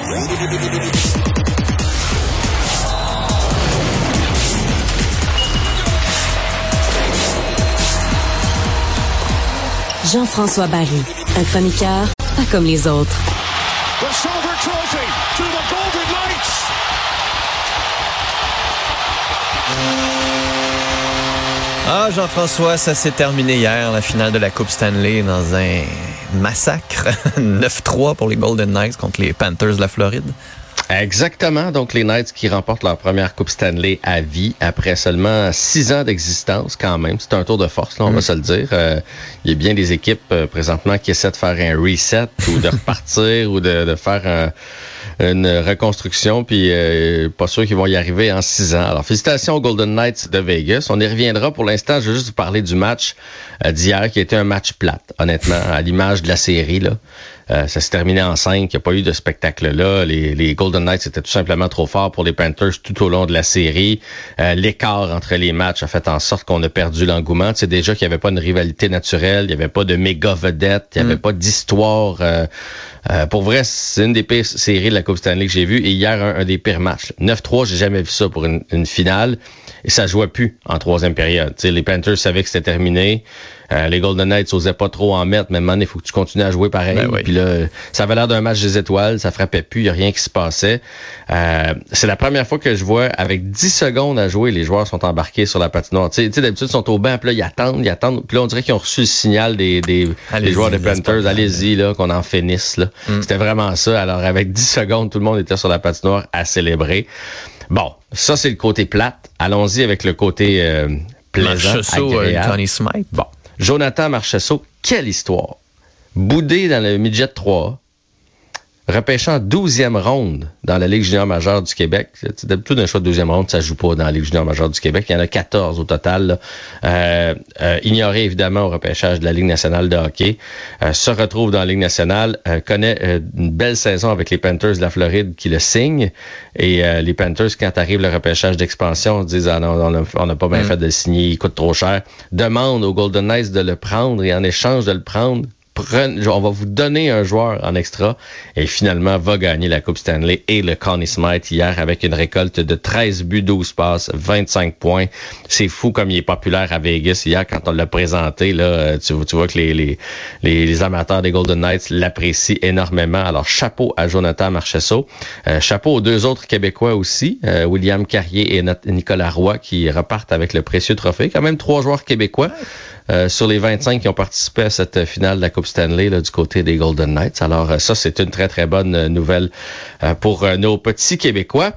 Jean-François Barry, un chroniqueur pas comme les autres. The silver trophy to the Golden Knights. Ah, Jean-François, ça s'est terminé hier, la finale de la Coupe Stanley, dans un massacre. 9-3 pour les Golden Knights contre les Panthers de la Floride. Exactement. Donc, les Knights qui remportent leur première Coupe Stanley à vie après seulement 6 ans d'existence quand même. C'est un tour de force, là, on va se le dire. Il y a bien des équipes présentement qui essaient de faire un reset ou de repartir ou de faire une reconstruction, puis pas sûr qu'ils vont y arriver en 6 ans. Alors, félicitations aux Golden Knights de Vegas. On y reviendra. Pour l'instant, je veux juste vous parler du match d'hier, qui a été un match plate, honnêtement, à l'image de la série, là. Ça s'est terminé en 5, il n'y a pas eu de spectacle-là. Les Golden Knights étaient tout simplement trop forts pour les Panthers tout au long de la série. L'écart entre les matchs a fait en sorte qu'on a perdu l'engouement. Tu sais, déjà qu'il n'y avait pas une rivalité naturelle, il n'y avait pas de méga vedette, il n'y avait pas d'histoire. Pour vrai, c'est une des pires séries de la Coupe Stanley que j'ai vues. Et hier, un des pires matchs. 9-3, j'ai jamais vu ça pour une finale. Et ça jouait plus en troisième période. Tu sais, les Panthers savaient que c'était terminé. Les Golden Knights osaient pas trop en mettre, mais maintenant, il faut que tu continues à jouer pareil. Ben oui. Puis là, ça avait l'air d'un match des étoiles, ça frappait plus, il n'y a rien qui se passait. C'est la première fois que je vois, avec 10 secondes à jouer, les joueurs sont embarqués sur la patinoire. Tu sais, d'habitude, ils sont au banc, puis là, ils attendent. Puis là, on dirait qu'ils ont reçu le signal des joueurs des Panthers. Allez-y, là, qu'on en finisse, là. C'était vraiment ça. Alors, avec 10 secondes, tout le monde était sur la patinoire à célébrer. Bon, ça, c'est le côté plate. Allons-y avec le côté plaisant, Marchessault, agréable. Connie Smythe. Bon, Jonathan Marchessault, quelle histoire! Boudé dans le midget 3, repêchant en 12e ronde dans la Ligue junior majeure du Québec. D'habitude, un choix de 12e ronde, ça joue pas dans la Ligue junior majeure du Québec. Il y en a 14 au total. Ignoré évidemment au repêchage de la Ligue nationale de hockey. Se retrouve dans la Ligue nationale, connaît une belle saison avec les Panthers de la Floride qui le signent. Et les Panthers, quand arrive le repêchage d'expansion, se disent « Ah non, on n'a pas bien fait de le signer, il coûte trop cher. » Demande aux Golden Knights de le prendre et en échange de le prendre, on va vous donner un joueur en extra et finalement va gagner la Coupe Stanley et le Connie Smythe hier avec une récolte de 13 buts, 12 passes, 25 points. C'est fou comme il est populaire à Vegas. Hier, quand on l'a présenté, là, tu vois que les amateurs des Golden Knights l'apprécient énormément. Alors, chapeau à Jonathan Marchessault. Chapeau aux 2 autres Québécois aussi, William Carrier et Nicolas Roy, qui repartent avec le précieux trophée. Quand même 3 joueurs québécois. Sur les 25 qui ont participé à cette finale de la Coupe Stanley là, du côté des Golden Knights. Alors ça, c'est une très, très bonne nouvelle pour nos petits Québécois.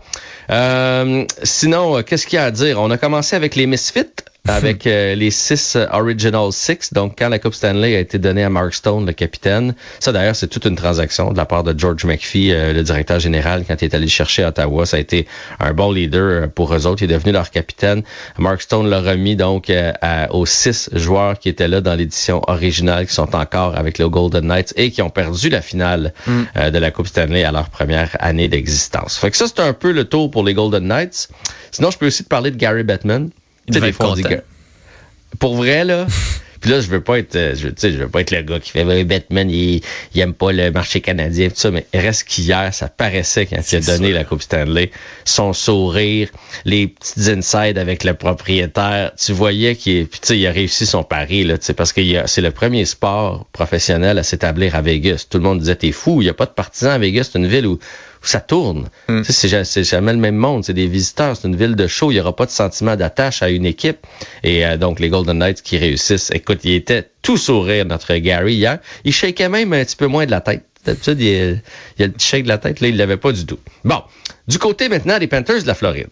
Sinon, qu'est-ce qu'il y a à dire? On a commencé avec les Misfits, avec les 6 Original 6. Donc, quand la Coupe Stanley a été donnée à Mark Stone, le capitaine, ça d'ailleurs, c'est toute une transaction de la part de George McPhee, le directeur général, quand il est allé chercher à Ottawa. Ça a été un bon leader pour eux autres. Il est devenu leur capitaine. Mark Stone l'a remis donc aux 6 joueurs qui étaient là dans l'édition originale, qui sont encore avec les Golden Knights et qui ont perdu la finale de la Coupe Stanley à leur première année d'existence. Fait que ça, c'est un peu le tour pour les Golden Knights. Sinon, je peux aussi te parler de Gary Bettman. Il devait être content. Pour vrai, là. Puis là, je veux pas être le gars qui fait Bettman, il aime pas le marché canadien, tout ça, mais reste qu'hier, ça paraissait quand il a donné la Coupe Stanley, son sourire, les petites insides avec le propriétaire, tu voyais qu'il a réussi son pari, là, parce que c'est le premier sport professionnel à s'établir à Vegas. Tout le monde disait, t'es fou, il y a pas de partisans à Vegas, c'est une ville où ça tourne. C'est jamais le même monde. C'est des visiteurs. C'est une ville de show. Il n'y aura pas de sentiment d'attache à une équipe. Et donc, les Golden Knights qui réussissent. Écoute, il était tout sourire, notre Gary, hier. Il shakeait même un petit peu moins de la tête. D'habitude, il y a le shake de la tête. Là, il l'avait pas du tout. Bon. Du côté, maintenant, des Panthers de la Floride.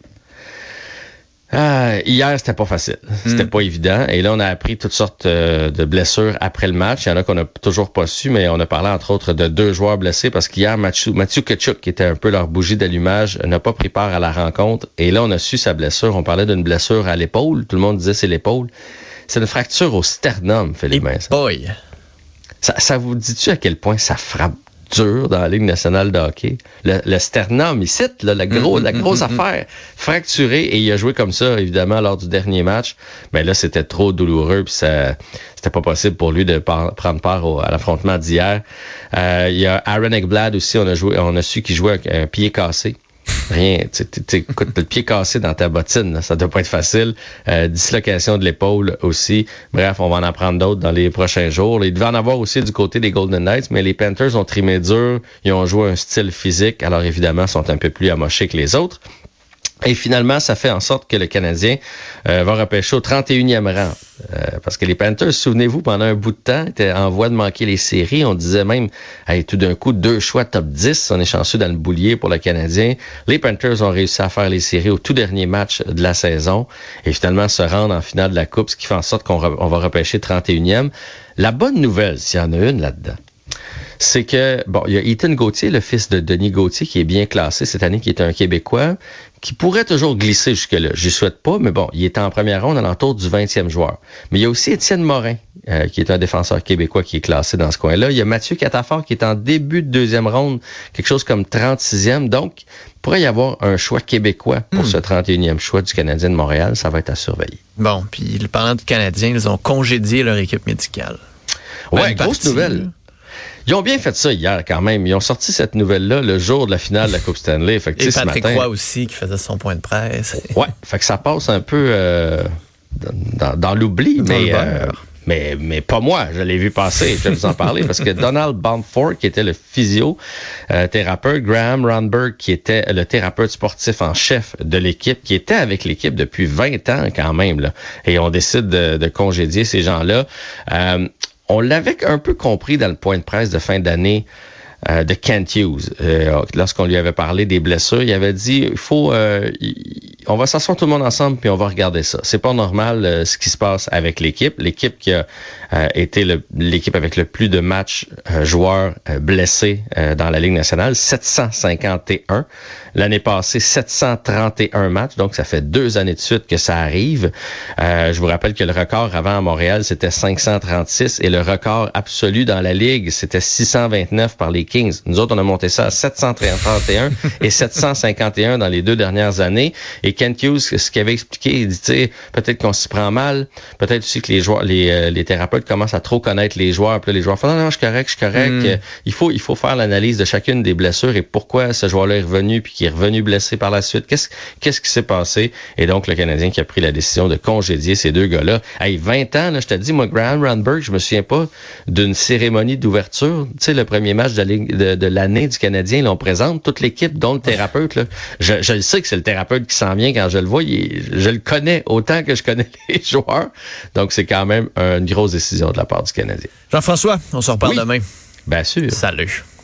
Hier, c'était pas facile. C'était pas évident. Et là, on a appris toutes sortes de blessures après le match. Il y en a qu'on n'a toujours pas su, mais on a parlé, entre autres, de 2 joueurs blessés parce qu'hier, Matthew Tkachuk, qui était un peu leur bougie d'allumage, n'a pas pris part à la rencontre. Et là, on a su sa blessure. On parlait d'une blessure à l'épaule. Tout le monde disait c'est l'épaule. C'est une fracture au sternum, Philippe Vincent. Boy! Ça vous dit-tu à quel point ça frappe dur dans la Ligue nationale de hockey. Le sternum, ici, là, la grosse affaire, fracturée, et il a joué comme ça, évidemment, lors du dernier match. Mais là, c'était trop douloureux, puis c'était pas possible pour lui de prendre part à l'affrontement d'hier. Il y a Aaron Ekblad aussi, on a su qu'il jouait avec un pied cassé. Rien, écoute, le pied cassé dans ta bottine, là, ça doit pas être facile. Dislocation de l'épaule aussi. Bref, on va en apprendre d'autres dans les prochains jours. Il devait en avoir aussi du côté des Golden Knights, mais les Panthers ont trimé dur. Ils ont joué un style physique, alors évidemment, sont un peu plus amochés que les autres. Et finalement, ça fait en sorte que le Canadien va repêcher au 31e rang. Parce que les Panthers, souvenez-vous, pendant un bout de temps, étaient en voie de manquer les séries. On disait même, hey, tout d'un coup, 2 choix top 10. On est chanceux dans le boulier pour le Canadien. Les Panthers ont réussi à faire les séries au tout dernier match de la saison. Et finalement, se rendre en finale de la Coupe, ce qui fait en sorte qu'on va repêcher 31e. La bonne nouvelle, s'il y en a une là-dedans, c'est que, bon, il y a Ethan Gauthier, le fils de Denis Gauthier, qui est bien classé cette année, qui est un Québécois, qui pourrait toujours glisser jusque-là. Je ne souhaite pas, mais bon, il est en première ronde à l'entour du 20e joueur. Mais il y a aussi Étienne Morin, qui est un défenseur québécois qui est classé dans ce coin-là. Il y a Mathieu Catafort, qui est en début de deuxième ronde, quelque chose comme 36e. Donc, il pourrait y avoir un choix québécois pour ce 31e choix du Canadien de Montréal. Ça va être à surveiller. Bon, puis parlant du Canadien, ils ont congédié leur équipe médicale. Ouais, grosse nouvelle. Ils ont bien fait ça hier quand même. Ils ont sorti cette nouvelle-là le jour de la finale de la Coupe Stanley. Fait que, et Patrick Roy aussi qui faisait son point de presse. Ouais, fait que ça passe un peu dans l'oubli, mais pas moi. Je l'ai vu passer. Je vais vous en parler parce que Donald Bamford, qui était le physio-thérapeute, Graham Ronberg, qui était le thérapeute sportif en chef de l'équipe, qui était avec l'équipe depuis 20 ans quand même, là, et on décide de congédier ces gens-là. On l'avait un peu compris dans le point de presse de fin d'année de Kent Hughes. Lorsqu'on lui avait parlé des blessures, il avait dit, on va s'asseoir tout le monde ensemble puis on va regarder ça. C'est pas normal ce qui se passe avec l'équipe. L'équipe qui a été l'équipe avec le plus de matchs joueurs blessés dans la Ligue nationale, 751. L'année passée, 731 matchs, donc ça fait 2 années de suite que ça arrive. Je vous rappelle que le record avant à Montréal, c'était 536 et le record absolu dans la Ligue, c'était 629 par les Kings. Nous autres, on a monté ça à 731 et 751 dans les 2 dernières années. Et Kent Hughes, ce qu'il avait expliqué, il dit, tu sais, peut-être qu'on s'y prend mal, peut-être aussi que les joueurs, les thérapeutes commencent à trop connaître les joueurs. Puis là, les joueurs font, non, je suis correct. Il faut faire l'analyse de chacune des blessures et pourquoi ce joueur-là est revenu puis qui est revenu blessé par la suite. Qu'est-ce qui s'est passé? Et donc, le Canadien qui a pris la décision de congédier ces 2 gars-là. Hey, 20 ans, là, je te dis, moi, Graham Ronberg, je me souviens pas d'une cérémonie d'ouverture. Tu sais, le premier match de l'année du Canadien, là, on présente toute l'équipe, dont le thérapeute. Là. Je le sais que c'est le thérapeute qui s'en vient quand je le vois. Je le connais autant que je connais les joueurs. Donc, c'est quand même une grosse décision de la part du Canadien. Jean-François, on se reparle demain. Bien sûr. Salut.